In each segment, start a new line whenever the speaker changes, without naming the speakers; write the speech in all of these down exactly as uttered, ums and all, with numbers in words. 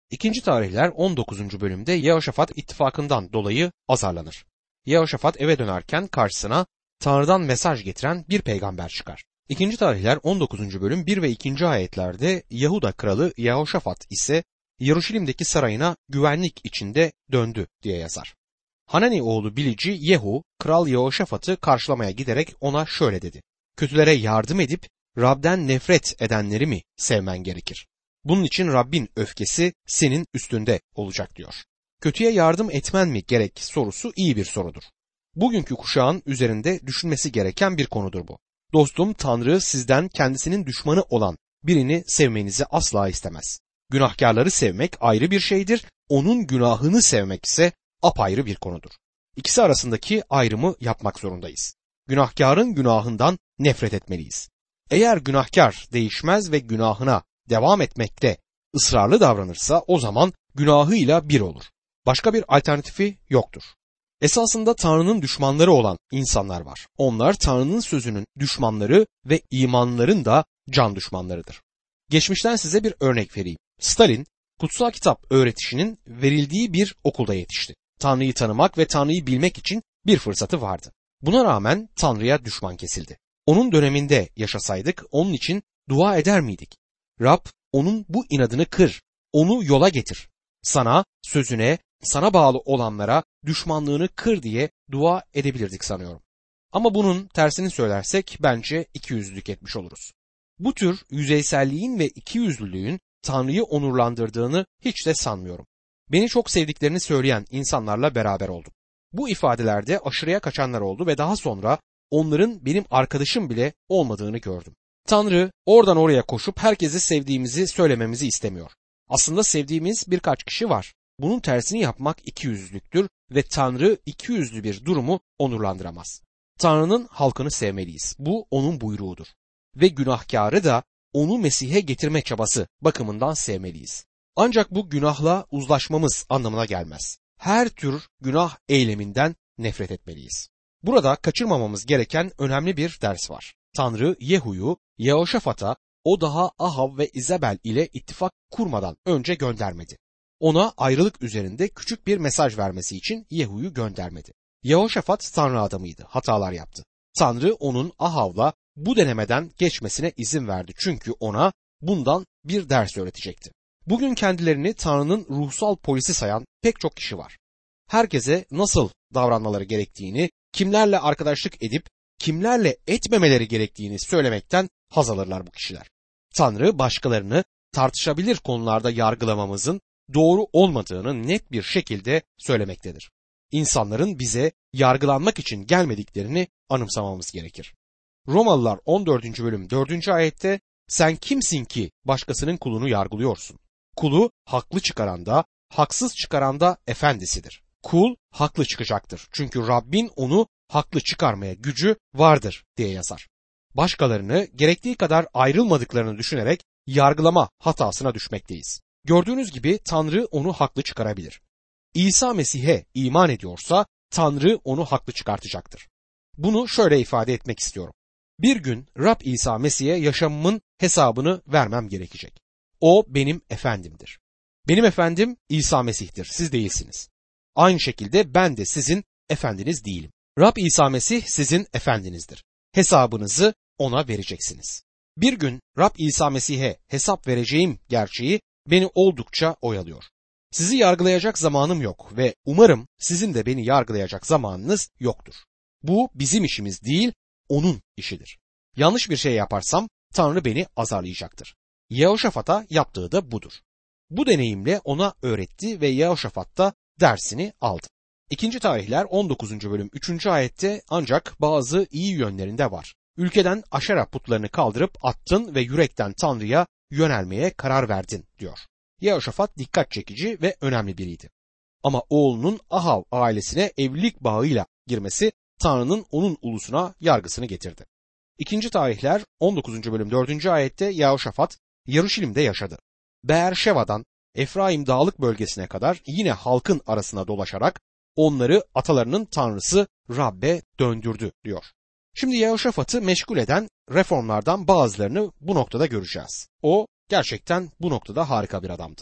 İkinci Tarihler on dokuzuncu bölümde Yehoşafat ittifakından dolayı azarlanır. Yehoşafat eve dönerken karşısına Tanrı'dan mesaj getiren bir peygamber çıkar. İkinci Tarihler on dokuzuncu bölüm bir ve ikinci ayetlerde Yahuda kralı Yehoşafat ise Yeruşalim'deki sarayına güvenlik içinde döndü diye yazar. Hanani oğlu bilici Yehu, Kral Yehoşafat'ı karşılamaya giderek ona şöyle dedi: "Kötülere yardım edip Rab'den nefret edenleri mi sevmen gerekir? Bunun için Rabbin öfkesi senin üstünde olacak" diyor. Kötüye yardım etmen mi gerek sorusu iyi bir sorudur. Bugünkü kuşağın üzerinde düşünmesi gereken bir konudur bu. Dostum, Tanrı sizden kendisinin düşmanı olan birini sevmenizi asla istemez. Günahkarları sevmek ayrı bir şeydir, onun günahını sevmek ise apayrı bir konudur. İkisi arasındaki ayrımı yapmak zorundayız. Günahkarın günahından nefret etmeliyiz. Eğer günahkar değişmez ve günahına devam etmekte ısrarlı davranırsa o zaman günahıyla bir olur. Başka bir alternatifi yoktur. Esasında Tanrı'nın düşmanları olan insanlar var. Onlar Tanrı'nın sözünün düşmanları ve imanların da can düşmanlarıdır. Geçmişten size bir örnek vereyim. Stalin, kutsal kitap öğretişinin verildiği bir okulda yetişti. Tanrı'yı tanımak ve Tanrı'yı bilmek için bir fırsatı vardı. Buna rağmen Tanrı'ya düşman kesildi. Onun döneminde yaşasaydık onun için dua eder miydik? Rab, onun bu inadını kır, onu yola getir. Sana, sözüne, sana bağlı olanlara düşmanlığını kır diye dua edebilirdik sanıyorum. Ama bunun tersini söylersek bence ikiyüzlülük etmiş oluruz. Bu tür yüzeyselliğin ve ikiyüzlülüğün Tanrı'yı onurlandırdığını hiç de sanmıyorum. Beni çok sevdiklerini söyleyen insanlarla beraber oldum. Bu ifadelerde aşırıya kaçanlar oldu ve daha sonra onların benim arkadaşım bile olmadığını gördüm. Tanrı oradan oraya koşup herkese sevdiğimizi söylememizi istemiyor. Aslında sevdiğimiz birkaç kişi var. Bunun tersini yapmak ikiyüzlülüktür ve Tanrı ikiyüzlü bir durumu onurlandıramaz. Tanrı'nın halkını sevmeliyiz. Bu onun buyruğudur. Ve günahkarı da onu Mesih'e getirme çabası bakımından sevmeliyiz. Ancak bu günahla uzlaşmamız anlamına gelmez. Her tür günah eyleminden nefret etmeliyiz. Burada kaçırmamamız gereken önemli bir ders var. Tanrı Yehu'yu Yehoşafat'a o daha Ahav ve İzabel ile ittifak kurmadan önce göndermedi. Ona ayrılık üzerinde küçük bir mesaj vermesi için Yehu'yu göndermedi. Yehoşafat Tanrı adamıydı, hatalar yaptı. Tanrı onun Ahav'la bu denemeden geçmesine izin verdi çünkü ona bundan bir ders öğretecekti. Bugün kendilerini Tanrı'nın ruhsal polisi sayan pek çok kişi var. Herkese nasıl davranmaları gerektiğini, kimlerle arkadaşlık edip kimlerle etmemeleri gerektiğini söylemekten haz alırlar bu kişiler. Tanrı başkalarını tartışabilir konularda yargılamamızın doğru olmadığını net bir şekilde söylemektedir. İnsanların bize yargılanmak için gelmediklerini anımsamamız gerekir. Romalılar on dördüncü bölüm dördüncü ayette "Sen kimsin ki başkasının kulunu yargılıyorsun? Kulu haklı çıkaran da, haksız çıkaran da efendisidir. Kul haklı çıkacaktır. Çünkü Rabbin onu haklı çıkarmaya gücü vardır" diye yazar. Başkalarını gerektiği kadar ayrılmadıklarını düşünerek yargılama hatasına düşmekteyiz. Gördüğünüz gibi Tanrı onu haklı çıkarabilir. İsa Mesih'e iman ediyorsa Tanrı onu haklı çıkartacaktır. Bunu şöyle ifade etmek istiyorum. Bir gün Rab İsa Mesih'e yaşamımın hesabını vermem gerekecek. O benim efendimdir. Benim efendim İsa Mesih'tir, siz değilsiniz. Aynı şekilde ben de sizin efendiniz değilim. Rab İsa Mesih sizin efendinizdir. Hesabınızı ona vereceksiniz. Bir gün Rab İsa Mesih'e hesap vereceğim gerçeği beni oldukça oyalıyor. Sizi yargılayacak zamanım yok ve umarım sizin de beni yargılayacak zamanınız yoktur. Bu bizim işimiz değil, onun işidir. Yanlış bir şey yaparsam Tanrı beni azarlayacaktır. Yehoşafat'a yaptığı da budur. Bu deneyimle ona öğretti ve Yehoşafat da dersini aldı. İkinci Tarihler on dokuzuncu bölüm üçüncü ayette "Ancak bazı iyi yönlerinde var. Ülkeden Aşera putlarını kaldırıp attın ve yürekten Tanrı'ya yönelmeye karar verdin" diyor. Yehoşafat dikkat çekici ve önemli biriydi. Ama oğlunun Ahav ailesine evlilik bağıyla girmesi Tanrı'nın onun ulusuna yargısını getirdi. İkinci Tarihler on dokuzuncu bölüm dördüncü ayette Yehoşafat Yeruşalim'de yaşadı. Beerşeva'dan Efraim dağlık bölgesine kadar yine halkın arasına dolaşarak onları atalarının tanrısı Rab'be döndürdü diyor. Şimdi Yehoşafat'ı meşgul eden reformlardan bazılarını bu noktada göreceğiz. O gerçekten bu noktada harika bir adamdı.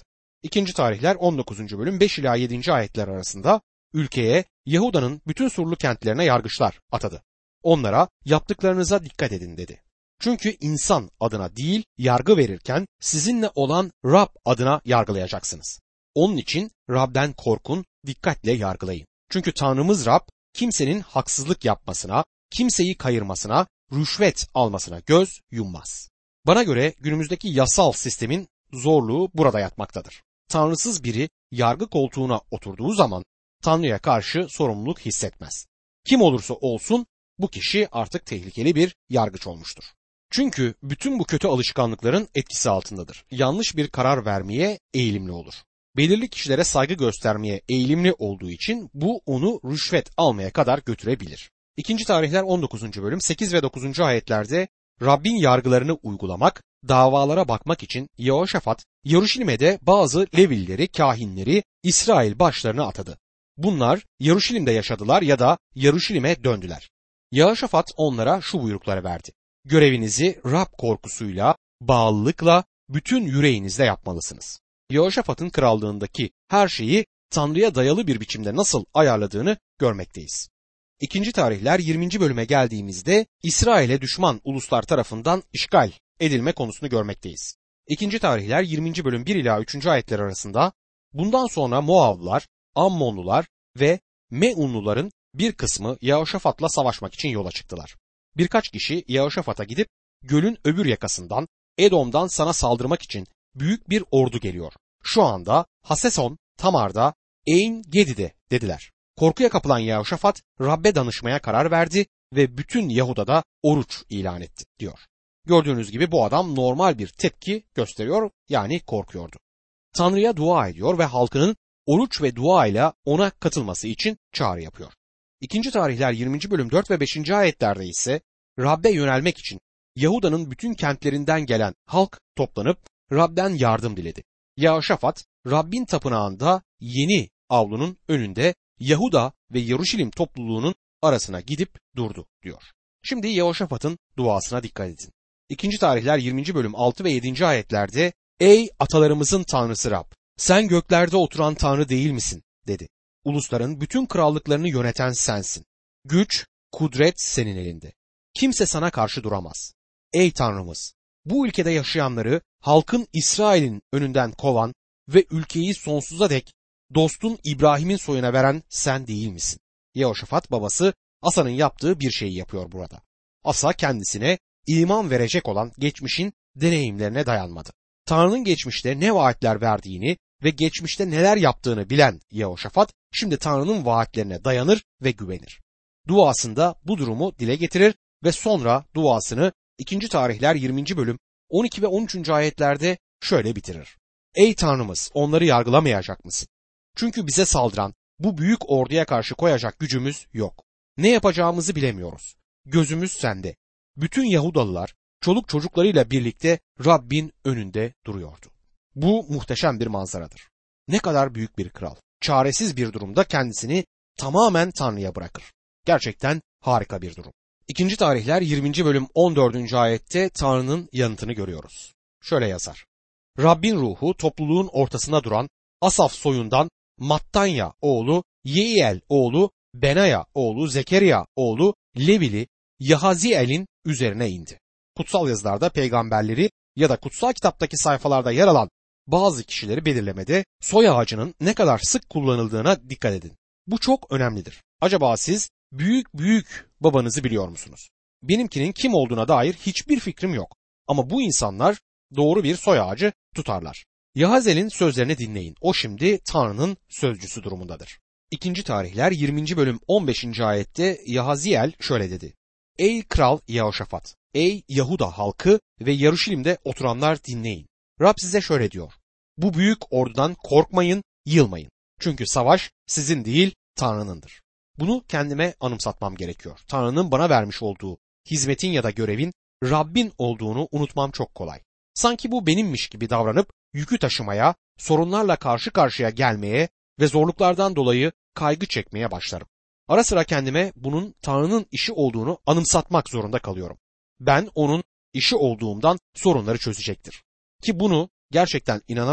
İkinci Tarihler on dokuzuncu bölüm beş ila yedinci ayetler arasında ülkeye Yahuda'nın bütün surlu kentlerine yargıçlar atadı. Onlara yaptıklarınıza dikkat edin dedi. Çünkü insan adına değil yargı verirken sizinle olan Rab adına yargılayacaksınız. Onun için Rab'den korkun, dikkatle yargılayın. Çünkü Tanrımız Rab kimsenin haksızlık yapmasına, kimseyi kayırmasına, rüşvet almasına göz yummaz. Bana göre günümüzdeki yasal sistemin zorluğu burada yatmaktadır. Tanrısız biri yargı koltuğuna oturduğu zaman Tanrı'ya karşı sorumluluk hissetmez. Kim olursa olsun bu kişi artık tehlikeli bir yargıç olmuştur. Çünkü bütün bu kötü alışkanlıkların etkisi altındadır. Yanlış bir karar vermeye eğilimli olur. Belirli kişilere saygı göstermeye eğilimli olduğu için bu onu rüşvet almaya kadar götürebilir. İkinci Tarihler on dokuzuncu bölüm sekiz ve dokuzuncu ayetlerde Rabbin yargılarını uygulamak, davalara bakmak için Yehoşafat, Yeruşalim'e de bazı Levilileri, kahinleri, İsrail başlarını atadı. Bunlar Yeruşalim'de yaşadılar ya da Yeruşalim'e döndüler. Yehoşafat onlara şu buyrukları verdi. Görevinizi Rab korkusuyla, bağlılıkla, bütün yüreğinizle yapmalısınız. Yehoşafat'ın krallığındaki her şeyi Tanrı'ya dayalı bir biçimde nasıl ayarladığını görmekteyiz. İkinci Tarihler yirminci bölüme geldiğimizde İsrail'e düşman uluslar tarafından işgal edilme konusunu görmekteyiz. İkinci Tarihler yirminci bölüm bir ila üçüncü ayetler arasında bundan sonra Moavlılar, Ammonlular ve Meunluların bir kısmı Yehoşafat'la savaşmak için yola çıktılar. Birkaç kişi Yehoşafat'a gidip gölün öbür yakasından Edom'dan sana saldırmak için büyük bir ordu geliyor. Şu anda Haseson, Tamar'da, Ein Gedi'de dediler. Korkuya kapılan Yehoşafat Rab'be danışmaya karar verdi ve bütün Yahuda'da oruç ilan etti diyor. Gördüğünüz gibi bu adam normal bir tepki gösteriyor, yani korkuyordu. Tanrı'ya dua ediyor ve halkının oruç ve dua ile ona katılması için çağrı yapıyor. İkinci Tarihler yirminci bölüm dört ve beşinci ayetlerde ise Rab'be yönelmek için Yahuda'nın bütün kentlerinden gelen halk toplanıp Rab'den yardım diledi. Yehoşafat Rabbin tapınağında yeni avlunun önünde Yahuda ve Yeruşalim topluluğunun arasına gidip durdu diyor. Şimdi Yehoşafat'ın duasına dikkat edin. İkinci Tarihler yirminci bölüm altı ve yedinci ayetlerde "Ey atalarımızın Tanrısı Rab, sen göklerde oturan Tanrı değil misin?" dedi. "Ulusların bütün krallıklarını yöneten sensin. Güç, kudret senin elinde. Kimse sana karşı duramaz. Ey Tanrımız, bu ülkede yaşayanları halkın İsrail'in önünden kovan ve ülkeyi sonsuza dek dostun İbrahim'in soyuna veren sen değil misin?" Yehoşafat babası Asa'nın yaptığı bir şeyi yapıyor burada. Asa kendisine iman verecek olan geçmişin deneyimlerine dayanmadı. Tanrı'nın geçmişte ne vaatler verdiğini ve geçmişte neler yaptığını bilen Yehoşafat şimdi Tanrı'nın vaatlerine dayanır ve güvenir. Duasında bu durumu dile getirir ve sonra duasını İkinci Tarihler yirminci bölüm on iki ve on üçüncü ayetlerde şöyle bitirir. "Ey Tanrımız, onları yargılamayacak mısın? Çünkü bize saldıran bu büyük orduya karşı koyacak gücümüz yok. Ne yapacağımızı bilemiyoruz. Gözümüz sende." Bütün Yahudalılar çoluk çocuklarıyla birlikte Rabbin önünde duruyordu. Bu muhteşem bir manzaradır. Ne kadar büyük bir kral. Çaresiz bir durumda kendisini tamamen Tanrı'ya bırakır. Gerçekten harika bir durum. İkinci Tarihler yirminci bölüm on dördüncü ayette Tanrı'nın yanıtını görüyoruz. Şöyle yazar. "Rabbin ruhu topluluğun ortasında duran Asaf soyundan Mattanya oğlu, Yeiel oğlu, Benaya oğlu, Zekeriya oğlu, Levili, Yahaziel'in üzerine indi." Kutsal yazılarda peygamberleri ya da kutsal kitaptaki sayfalarda yer alan bazı kişileri belirlemede soy ağacının ne kadar sık kullanıldığına dikkat edin. Bu çok önemlidir. Acaba siz büyük büyük babanızı biliyor musunuz? Benimkinin kim olduğuna dair hiçbir fikrim yok. Ama bu insanlar doğru bir soy ağacı tutarlar. Yahazel'in sözlerini dinleyin. O şimdi Tanrı'nın sözcüsü durumundadır. İkinci Tarihler yirminci bölüm on beşinci ayette Yahaziel şöyle dedi. "Ey kral Yehoşafat, ey Yahuda halkı ve Yeruşalim'de oturanlar dinleyin. Rab size şöyle diyor. Bu büyük ordudan korkmayın, yılmayın. Çünkü savaş sizin değil Tanrı'nındır." Bunu kendime anımsatmam gerekiyor. Tanrı'nın bana vermiş olduğu hizmetin ya da görevin Rabbin olduğunu unutmam çok kolay. Sanki bu benimmiş gibi davranıp yükü taşımaya, sorunlarla karşı karşıya gelmeye ve zorluklardan dolayı kaygı çekmeye başlarım. Ara sıra kendime bunun Tanrı'nın işi olduğunu anımsatmak zorunda kalıyorum. Ben onun işi olduğumdan sorunları çözecektir. Ki bunu gerçekten inanarak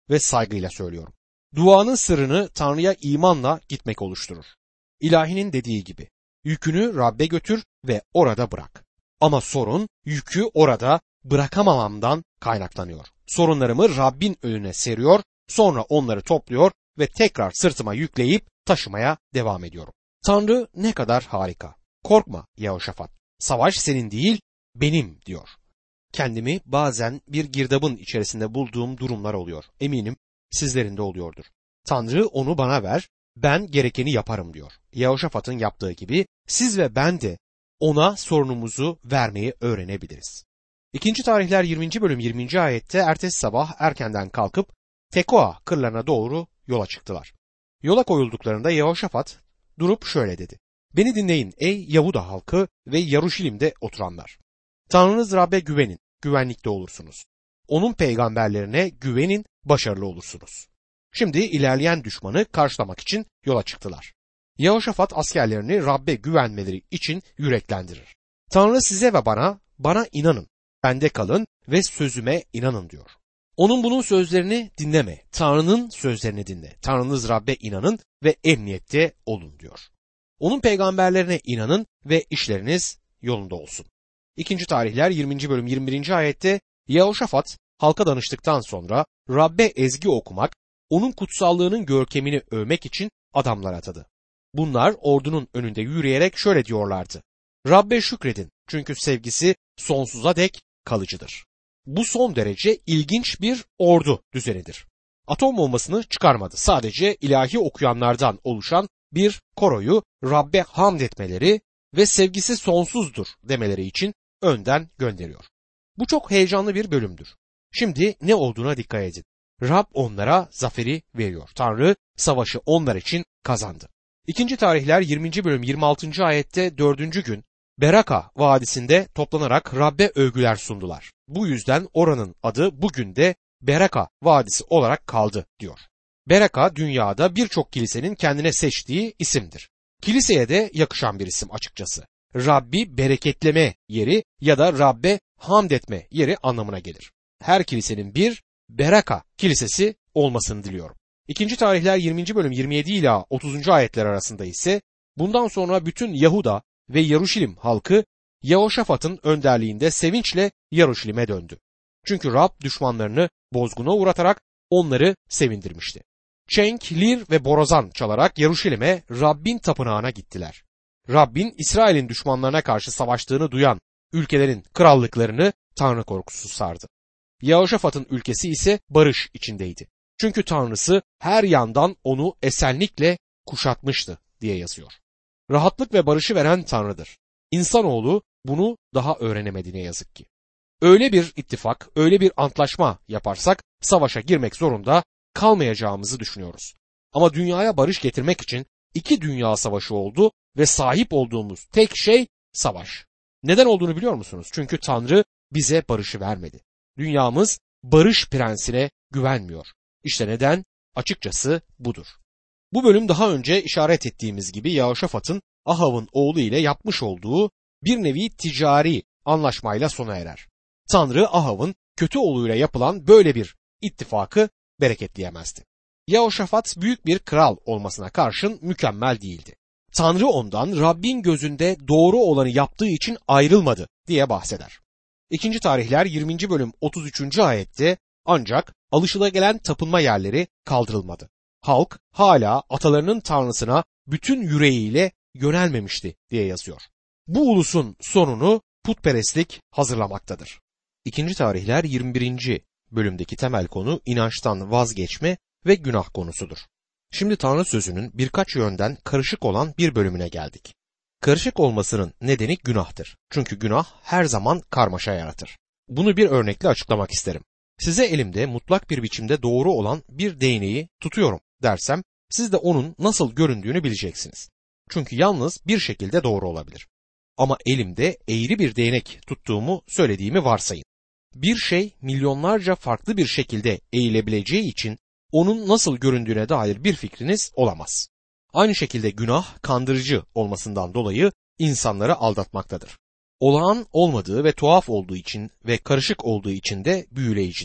ve saygıyla söylüyorum. Duanın sırrını Tanrı'ya imanla gitmek oluşturur. İlahinin dediği gibi, yükünü Rab'be götür ve orada bırak. Ama sorun yükü orada bırakamamamdan kaynaklanıyor. Sorunlarımı Rabbin önüne seriyor, sonra onları topluyor ve tekrar sırtıma yükleyip taşımaya devam ediyorum. Tanrı ne kadar harika. Korkma Yehoşafat. Savaş senin değil, benim diyor. Kendimi bazen bir girdabın içerisinde bulduğum durumlar oluyor. Eminim sizlerin de oluyordur. Tanrı onu bana ver, ben gerekeni yaparım diyor. Yehoşafat'ın yaptığı gibi siz ve ben de ona sorunumuzu vermeyi öğrenebiliriz. İkinci Tarihler yirminci bölüm yirminci ayette ertesi sabah erkenden kalkıp Tekoa kırlarına doğru yola çıktılar. Yola koyulduklarında Yehoşafat durup şöyle dedi. Beni dinleyin ey Yahuda halkı ve Yaruşilim'de oturanlar. Tanrınız Rab'be güvenin, güvenlikte olursunuz. Onun peygamberlerine güvenin, başarılı olursunuz. Şimdi ilerleyen düşmanı karşılamak için yola çıktılar. Yehoşafat askerlerini Rab'be güvenmeleri için yüreklendirir. Tanrı size ve bana, bana inanın, bende kalın ve sözüme inanın diyor. Onun bunun sözlerini dinleme, Tanrı'nın sözlerini dinle. Tanrınız Rab'be inanın ve emniyette olun diyor. Onun peygamberlerine inanın ve işleriniz yolunda olsun. İkinci Tarihler yirminci bölüm yirmi birinci ayette Yehoşafat halka danıştıktan sonra Rab'be ezgi okumak, onun kutsallığının görkemini övmek için adamlar atadı. Bunlar ordunun önünde yürüyerek şöyle diyorlardı. Rab'be şükredin çünkü sevgisi sonsuza dek kalıcıdır. Bu son derece ilginç bir ordu düzenidir. Atom bombasını çıkarmadı. Sadece ilahi okuyanlardan oluşan bir koroyu Rab'be hamd etmeleri ve sevgisi sonsuzdur demeleri için önden gönderiyor. Bu çok heyecanlı bir bölümdür. Şimdi ne olduğuna dikkat edin. Rab onlara zaferi veriyor. Tanrı savaşı onlar için kazandı. İkinci Tarihler yirminci bölüm yirmi altıncı ayette dördüncü gün Beraka vadisinde toplanarak Rab'be övgüler sundular. Bu yüzden oranın adı bugün de Beraka vadisi olarak kaldı diyor. Beraka dünyada birçok kilisenin kendine seçtiği isimdir. Kiliseye de yakışan bir isim açıkçası. Rabbi bereketleme yeri ya da Rab'be hamd etme yeri anlamına gelir. Her kilisenin bir Beraka kilisesi olmasını diliyorum. İkinci Tarihler yirminci bölüm yirmi yedi ila otuzuncu ayetler arasında ise bundan sonra bütün Yahuda ve Yaruşilim halkı Yehoşafat'ın önderliğinde sevinçle Yaruşilim'e döndü. Çünkü Rab düşmanlarını bozguna uğratarak onları sevindirmişti. Çenk, lir ve borazan çalarak Yaruşilim'e Rabbin tapınağına gittiler. Rabbin İsrail'in düşmanlarına karşı savaştığını duyan ülkelerin krallıklarını Tanrı korkusu sardı. Yehoşafat'ın ülkesi ise barış içindeydi. Çünkü Tanrısı her yandan onu esenlikle kuşatmıştı diye yazıyor. Rahatlık ve barışı veren Tanrı'dır. İnsanoğlu bunu daha öğrenemedi ne yazık ki. Öyle bir ittifak, öyle bir antlaşma yaparsak savaşa girmek zorunda kalmayacağımızı düşünüyoruz. Ama dünyaya barış getirmek için iki dünya savaşı oldu ve sahip olduğumuz tek şey savaş. Neden olduğunu biliyor musunuz? Çünkü Tanrı bize barışı vermedi. Dünyamız barış prensine güvenmiyor. İşte neden? Açıkçası budur. Bu bölüm daha önce işaret ettiğimiz gibi Yehoşafat'ın Ahav'ın oğlu ile yapmış olduğu bir nevi ticari anlaşmayla sona erer. Tanrı Ahav'ın kötü oğluyla yapılan böyle bir ittifakı bereketleyemezdi. Yehoşafat büyük bir kral olmasına karşın mükemmel değildi. Tanrı ondan Rabbin gözünde doğru olanı yaptığı için ayrılmadı diye bahseder. İkinci Tarihler yirminci bölüm otuz üçüncü ayette ancak alışılagelen tapınma yerleri kaldırılmadı. Halk hala atalarının tanrısına bütün yüreğiyle yönelmemişti diye yazıyor. Bu ulusun sonunu putperestlik hazırlamaktadır. İkinci Tarihler yirmi birinci bölümdeki temel konu inançtan vazgeçme ve günah konusudur. Şimdi Tanrı sözünün birkaç yönden karışık olan bir bölümüne geldik. Karışık olmasının nedeni günahtır. Çünkü günah her zaman karmaşa yaratır. Bunu bir örnekle açıklamak isterim. Size elimde mutlak bir biçimde doğru olan bir değneği tutuyorum dersem, siz de onun nasıl göründüğünü bileceksiniz. Çünkü yalnız bir şekilde doğru olabilir. Ama elimde eğri bir değnek tuttuğumu söylediğimi varsayın. Bir şey milyonlarca farklı bir şekilde eğilebileceği için onun nasıl göründüğüne dair bir fikriniz olamaz. Aynı şekilde günah kandırıcı olmasından dolayı insanları aldatmaktadır. Olağan olmadığı ve tuhaf olduğu için ve karışık olduğu için de büyüleyicidir.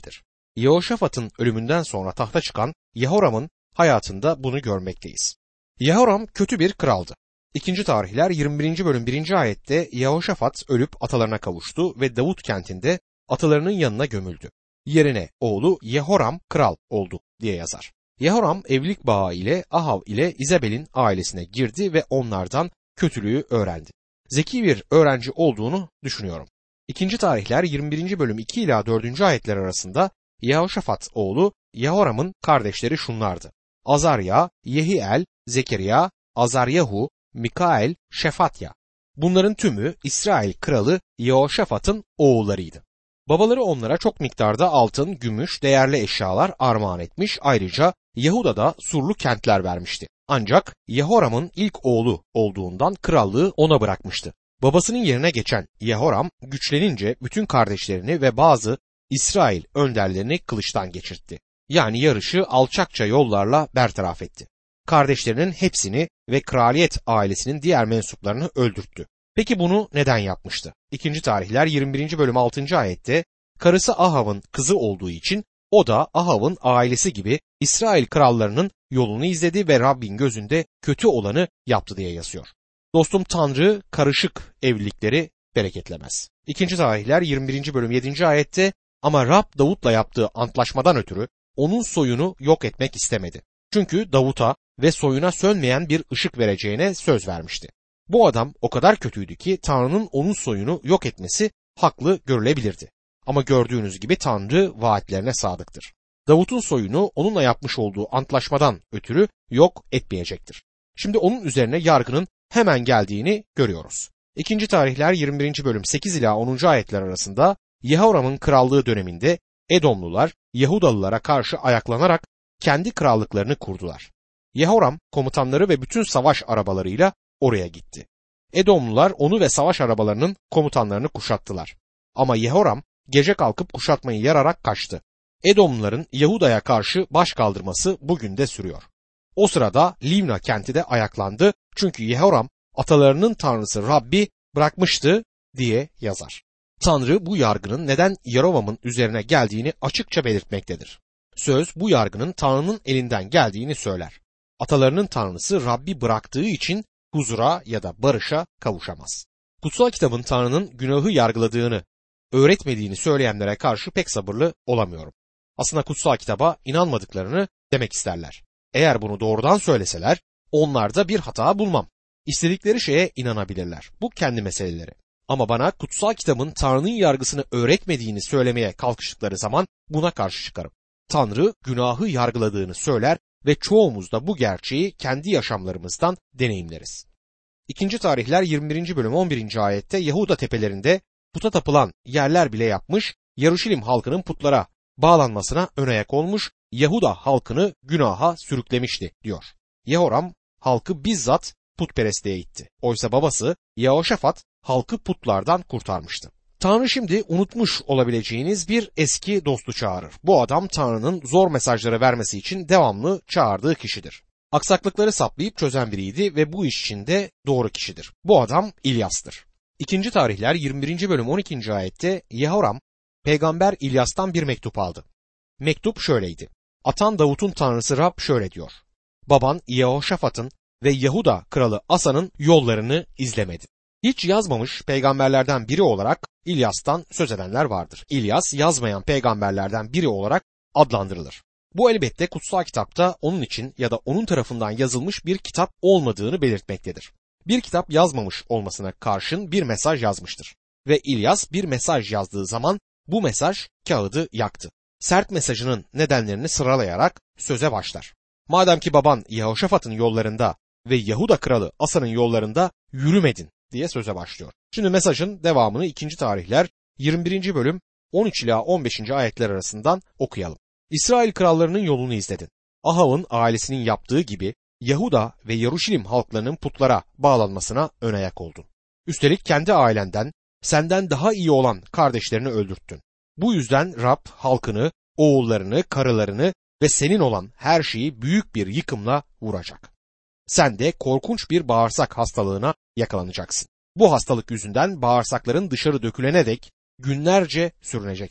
Yehoşafat'ın ölümünden sonra tahta çıkan Yehoram'ın hayatında bunu görmekteyiz. Yehoram kötü bir kraldı. İkinci Tarihler yirmi birinci bölüm birinci ayette Yehoşafat ölüp atalarına kavuştu ve Davut kentinde atalarının yanına gömüldü. Yerine oğlu Yehoram kral oldu diye yazar. Yehoram evlilik bağı ile Ahav ile İzabel'in ailesine girdi ve onlardan kötülüğü öğrendi. Zeki bir öğrenci olduğunu düşünüyorum. İkinci Tarihler yirmi birinci bölüm iki ila dördüncü ayetler arasında Yehoşafat oğlu Yehoram'ın kardeşleri şunlardı: Azarya, Yehiel, Zekeriya, Azaryahu, Mikael, Şefatya. Bunların tümü İsrail kralı Yehoşafat'ın oğullarıydı. Babaları onlara çok miktarda altın, gümüş, değerli eşyalar armağan etmiş, ayrıca Yahuda'da surlu kentler vermişti. Ancak Yehoram'ın ilk oğlu olduğundan krallığı ona bırakmıştı. Babasının yerine geçen Yehoram güçlenince bütün kardeşlerini ve bazı İsrail önderlerini kılıçtan geçirtti. Yani yarışı alçakça yollarla bertaraf etti. Kardeşlerinin hepsini ve kraliyet ailesinin diğer mensuplarını öldürttü. Peki bunu neden yapmıştı? İkinci Tarihler yirmi birinci bölüm altıncı ayette karısı Ahav'ın kızı olduğu için o da Ahav'ın ailesi gibi İsrail krallarının yolunu izledi ve Rabbin gözünde kötü olanı yaptı diye yazıyor. Dostum, Tanrı karışık evlilikleri bereketlemez. İkinci Tarihler yirmi birinci bölüm yedinci ayette ama Rab Davut'la yaptığı antlaşmadan ötürü onun soyunu yok etmek istemedi. Çünkü Davut'a ve soyuna sönmeyen bir ışık vereceğine söz vermişti. Bu adam o kadar kötüydü ki Tanrı'nın onun soyunu yok etmesi haklı görülebilirdi. Ama gördüğünüz gibi Tanrı vaatlerine sadıktır. Davut'un soyunu onunla yapmış olduğu antlaşmadan ötürü yok etmeyecektir. Şimdi onun üzerine yargının hemen geldiğini görüyoruz. İkinci Tarihler yirmi birinci bölüm sekiz ila onuncu ayetler arasında Yehoram'ın krallığı döneminde Edomlular Yahudalılara karşı ayaklanarak kendi krallıklarını kurdular. Yehoram komutanları ve bütün savaş arabalarıyla oraya gitti. Edomlular onu ve savaş arabalarının komutanlarını kuşattılar. Ama Yehoram gece kalkıp kuşatmayı yararak kaçtı. Edomluların Yahuda'ya karşı baş kaldırması bugün de sürüyor. O sırada Livna kenti de ayaklandı çünkü Yehoram atalarının tanrısı Rabbi bırakmıştı diye yazar. Tanrı bu yargının neden Yerovam'ın üzerine geldiğini açıkça belirtmektedir. Söz bu yargının Tanrı'nın elinden geldiğini söyler. Atalarının tanrısı Rabbi bıraktığı için huzura ya da barışa kavuşamaz. Kutsal kitabın Tanrı'nın günahı yargıladığını, öğretmediğini söyleyenlere karşı pek sabırlı olamıyorum. Aslında kutsal kitaba inanmadıklarını demek isterler. Eğer bunu doğrudan söyleseler onlarda bir hata bulmam. İstedikleri şeye inanabilirler. Bu kendi meseleleri. Ama bana kutsal kitabın Tanrı'nın yargısını öğretmediğini söylemeye kalkıştıkları zaman buna karşı çıkarım. Tanrı günahı yargıladığını söyler ve çoğumuz da bu gerçeği kendi yaşamlarımızdan deneyimleriz. İkinci Tarihler yirmi birinci bölüm on birinci ayette Yahuda tepelerinde puta tapılan yerler bile yapmış, Yaruşilim halkının putlara bağlanmasına önayak olmuş, Yahuda halkını günaha sürüklemişti diyor. Yehoram halkı bizzat putperestliğe itti. Oysa babası Yehoşafat halkı putlardan kurtarmıştı. Tanrı şimdi unutmuş olabileceğiniz bir eski dostu çağırır. Bu adam Tanrı'nın zor mesajları vermesi için devamlı çağırdığı kişidir. Aksaklıkları saplayıp çözen biriydi ve bu iş için de doğru kişidir. Bu adam İlyas'tır. İkinci Tarihler yirmi birinci bölüm on ikinci ayette Yehoram peygamber İlyas'tan bir mektup aldı. Mektup şöyleydi: Atan Davut'un tanrısı Rab şöyle diyor: Baban Yehoşafat'ın ve Yahuda kralı Asa'nın yollarını izlemedi. Hiç yazmamış peygamberlerden biri olarak İlyas'tan söz edenler vardır. İlyas yazmayan peygamberlerden biri olarak adlandırılır. Bu elbette kutsal kitapta onun için ya da onun tarafından yazılmış bir kitap olmadığını belirtmektedir. Bir kitap yazmamış olmasına karşın bir mesaj yazmıştır. Ve İlyas bir mesaj yazdığı zaman bu mesaj kağıdı yaktı. Sert mesajının nedenlerini sıralayarak söze başlar. Madem ki baban Yehoşafat'ın yollarında ve Yahuda kralı Asa'nın yollarında yürümedin diye söze başlıyor. Şimdi mesajın devamını ikinci Tarihler yirmi birinci bölüm on üç ila on beşinci ayetler arasından okuyalım. İsrail krallarının yolunu izledin. Ahav'ın ailesinin yaptığı gibi Yahuda ve Yaruşilim halklarının putlara bağlanmasına önayak oldun. Üstelik kendi ailenden, senden daha iyi olan kardeşlerini öldürttün. Bu yüzden Rab halkını, oğullarını, karılarını ve senin olan her şeyi büyük bir yıkımla vuracak. Sen de korkunç bir bağırsak hastalığına yakalanacaksın. Bu hastalık yüzünden bağırsakların dışarı dökülene dek günlerce sürüneceksin.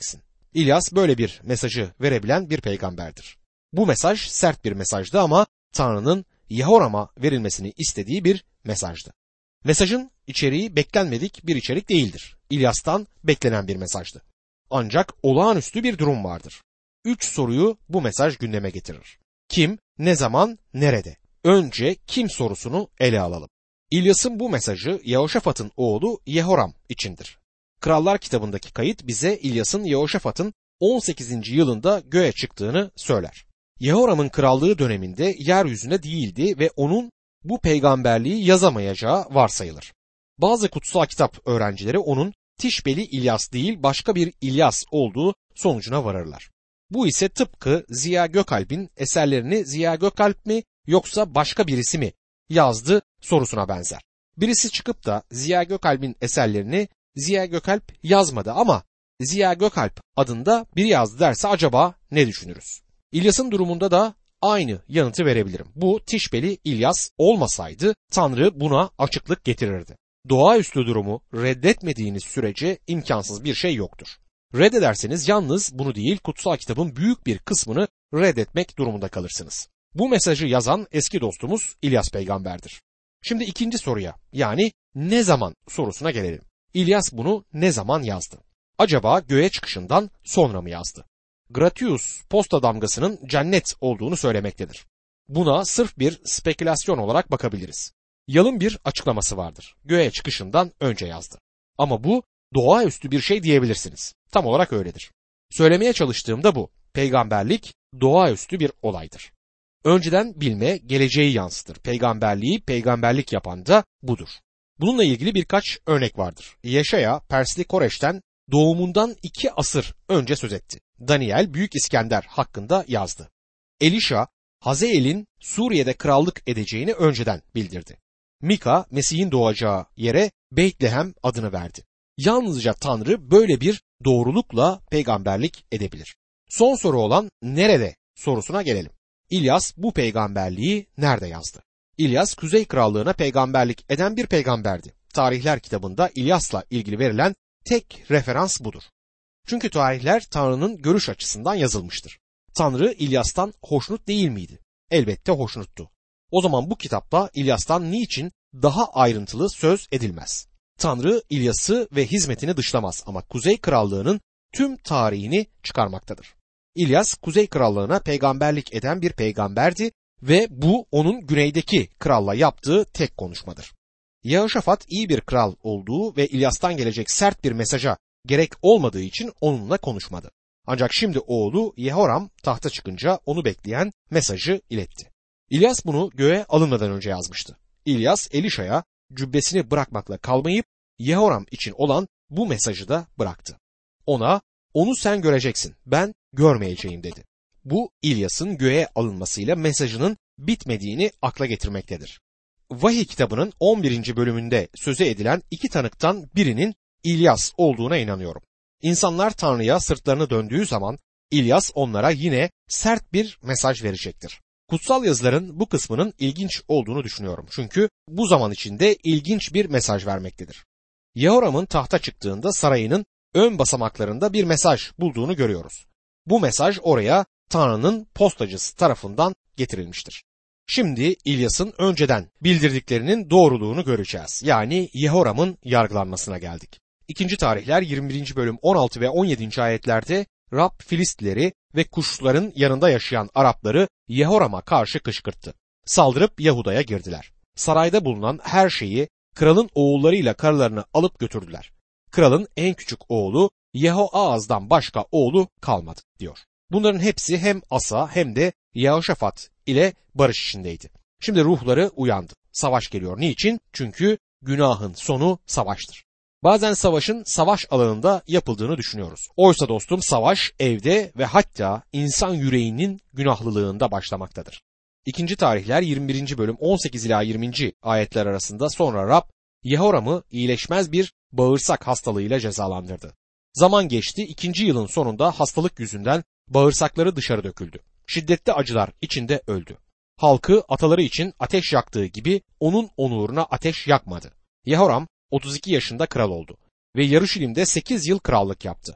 İlyas böyle bir mesajı verebilen bir peygamberdir. Bu mesaj sert bir mesajdı ama Tanrı'nın Yehoram'a verilmesini istediği bir mesajdı. Mesajın içeriği beklenmedik bir içerik değildir. İlyas'tan beklenen bir mesajdı. Ancak olağanüstü bir durum vardır. Üç soruyu bu mesaj gündeme getirir. Kim, ne zaman, nerede? Önce kim sorusunu ele alalım. İlyas'ın bu mesajı Yehoşafat'ın oğlu Yehoram içindir. Krallar kitabındaki kayıt bize İlyas'ın Yehoşafat'ın on sekizinci yılında göğe çıktığını söyler. Yehoram'ın krallığı döneminde yeryüzünde değildi ve onun bu peygamberliği yazamayacağı varsayılır. Bazı kutsal kitap öğrencileri onun Tişbeli İlyas değil başka bir İlyas olduğu sonucuna varırlar. Bu ise tıpkı Ziya Gökalp'in eserlerini Ziya Gökalp mi yoksa başka birisi mi yazdı sorusuna benzer. Birisi çıkıp da Ziya Gökalp'in eserlerini Ziya Gökalp yazmadı ama Ziya Gökalp adında biri yazdı derse acaba ne düşünürüz? İlyas'ın durumunda da aynı yanıtı verebilirim. Bu Tişbeli İlyas olmasaydı Tanrı buna açıklık getirirdi. Doğaüstü durumu reddetmediğiniz sürece imkansız bir şey yoktur. Reddederseniz yalnız bunu değil kutsal kitabın büyük bir kısmını reddetmek durumunda kalırsınız. Bu mesajı yazan eski dostumuz İlyas peygamberdir. Şimdi ikinci soruya yani ne zaman sorusuna gelelim. İlyas bunu ne zaman yazdı? Acaba göğe çıkışından sonra mı yazdı? Gratius posta damgasının cennet olduğunu söylemektedir. Buna sırf bir spekülasyon olarak bakabiliriz. Yalın bir açıklaması vardır. Göğe çıkışından önce yazdı. Ama bu doğaüstü bir şey diyebilirsiniz. Tam olarak öyledir. Söylemeye çalıştığım da bu. Peygamberlik doğaüstü bir olaydır. Önceden bilme geleceği yansıtır. Peygamberliği peygamberlik yapan da budur. Bununla ilgili birkaç örnek vardır. Yeşaya Persli Koreş'ten doğumundan iki asır önce söz etti. Daniel Büyük İskender hakkında yazdı. Elişa Hazael'in Suriye'de krallık edeceğini önceden bildirdi. Mika Mesih'in doğacağı yere Beytlehem adını verdi. Yalnızca Tanrı böyle bir doğrulukla peygamberlik edebilir. Son soru olan nerede sorusuna gelelim. İlyas bu peygamberliği nerede yazdı? İlyas Kuzey Krallığı'na peygamberlik eden bir peygamberdi. Tarihler kitabında İlyas'la ilgili verilen tek referans budur. Çünkü tarihler Tanrı'nın görüş açısından yazılmıştır. Tanrı İlyas'tan hoşnut değil miydi? Elbette hoşnuttu. O zaman bu kitapta İlyas'tan niçin daha ayrıntılı söz edilmez? Tanrı İlyas'ı ve hizmetini dışlamaz ama Kuzey Krallığı'nın tüm tarihini çıkarmaktadır. İlyas Kuzey Krallığı'na peygamberlik eden bir peygamberdi ve bu onun güneydeki kralla yaptığı tek konuşmadır. Yehoşafat iyi bir kral olduğu ve İlyas'tan gelecek sert bir mesaja gerek olmadığı için onunla konuşmadı. Ancak şimdi oğlu Yehoram tahta çıkınca onu bekleyen mesajı iletti. İlyas bunu göğe alınmadan önce yazmıştı. İlyas Elişa'ya cübbesini bırakmakla kalmayıp Yehoram için olan bu mesajı da bıraktı. Ona onu sen göreceksin ben görmeyeceğim dedi. Bu İlyas'ın göğe alınmasıyla mesajının bitmediğini akla getirmektedir. Vahiy kitabının on birinci bölümünde söze edilen iki tanıktan birinin İlyas olduğuna inanıyorum. İnsanlar Tanrı'ya sırtlarını döndüğü zaman İlyas onlara yine sert bir mesaj verecektir. Kutsal yazıların bu kısmının ilginç olduğunu düşünüyorum. Çünkü bu zaman içinde ilginç bir mesaj vermektedir. Yehoram'ın tahta çıktığında sarayının ön basamaklarında bir mesaj bulduğunu görüyoruz. Bu mesaj oraya Tanrı'nın postacısı tarafından getirilmiştir. Şimdi İlyas'ın önceden bildirdiklerinin doğruluğunu göreceğiz. Yani Yehoram'ın yargılanmasına geldik. İkinci Tarihler yirmi birinci bölüm on altı ve on yedinci ayetlerde Rab Filistlileri ve kuşların yanında yaşayan Arapları Yehoram'a karşı kışkırttı. Saldırıp Yahuda'ya girdiler. Sarayda bulunan her şeyi kralın oğullarıyla karılarını alıp götürdüler. Kralın en küçük oğlu Yehoahaz'dan başka oğlu kalmadı diyor. Bunların hepsi hem Asa hem de Yehoşafat ile barış içindeydi. Şimdi ruhları uyandı. Savaş geliyor. Niçin? Çünkü günahın sonu savaştır. Bazen savaşın savaş alanında yapıldığını düşünüyoruz. Oysa dostum savaş evde ve hatta insan yüreğinin günahlılığında başlamaktadır. İkinci Tarihler yirmi birinci bölüm on sekiz ila yirminci ayetler arasında sonra Rab Yehoram'ı iyileşmez bir bağırsak hastalığıyla cezalandırdı. Zaman geçti, ikinci yılın sonunda hastalık yüzünden bağırsakları dışarı döküldü. Şiddetli acılar içinde öldü. Halkı ataları için ateş yaktığı gibi onun onuruna ateş yakmadı. Yehoram otuz iki yaşında kral oldu ve Yaruşilim'de sekiz yıl krallık yaptı.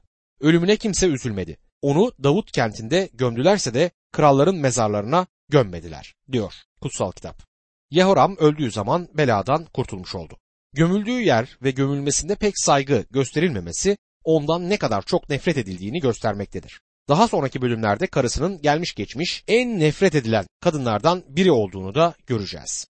Ölümüne kimse üzülmedi. Onu Davut kentinde gömdülerse de kralların mezarlarına gömmediler, diyor kutsal kitap. Yehoram öldüğü zaman beladan kurtulmuş oldu. Gömüldüğü yer ve gömülmesinde pek saygı gösterilmemesi ondan ne kadar çok nefret edildiğini göstermektedir. Daha sonraki bölümlerde karısının gelmiş geçmiş en nefret edilen kadınlardan biri olduğunu da göreceğiz.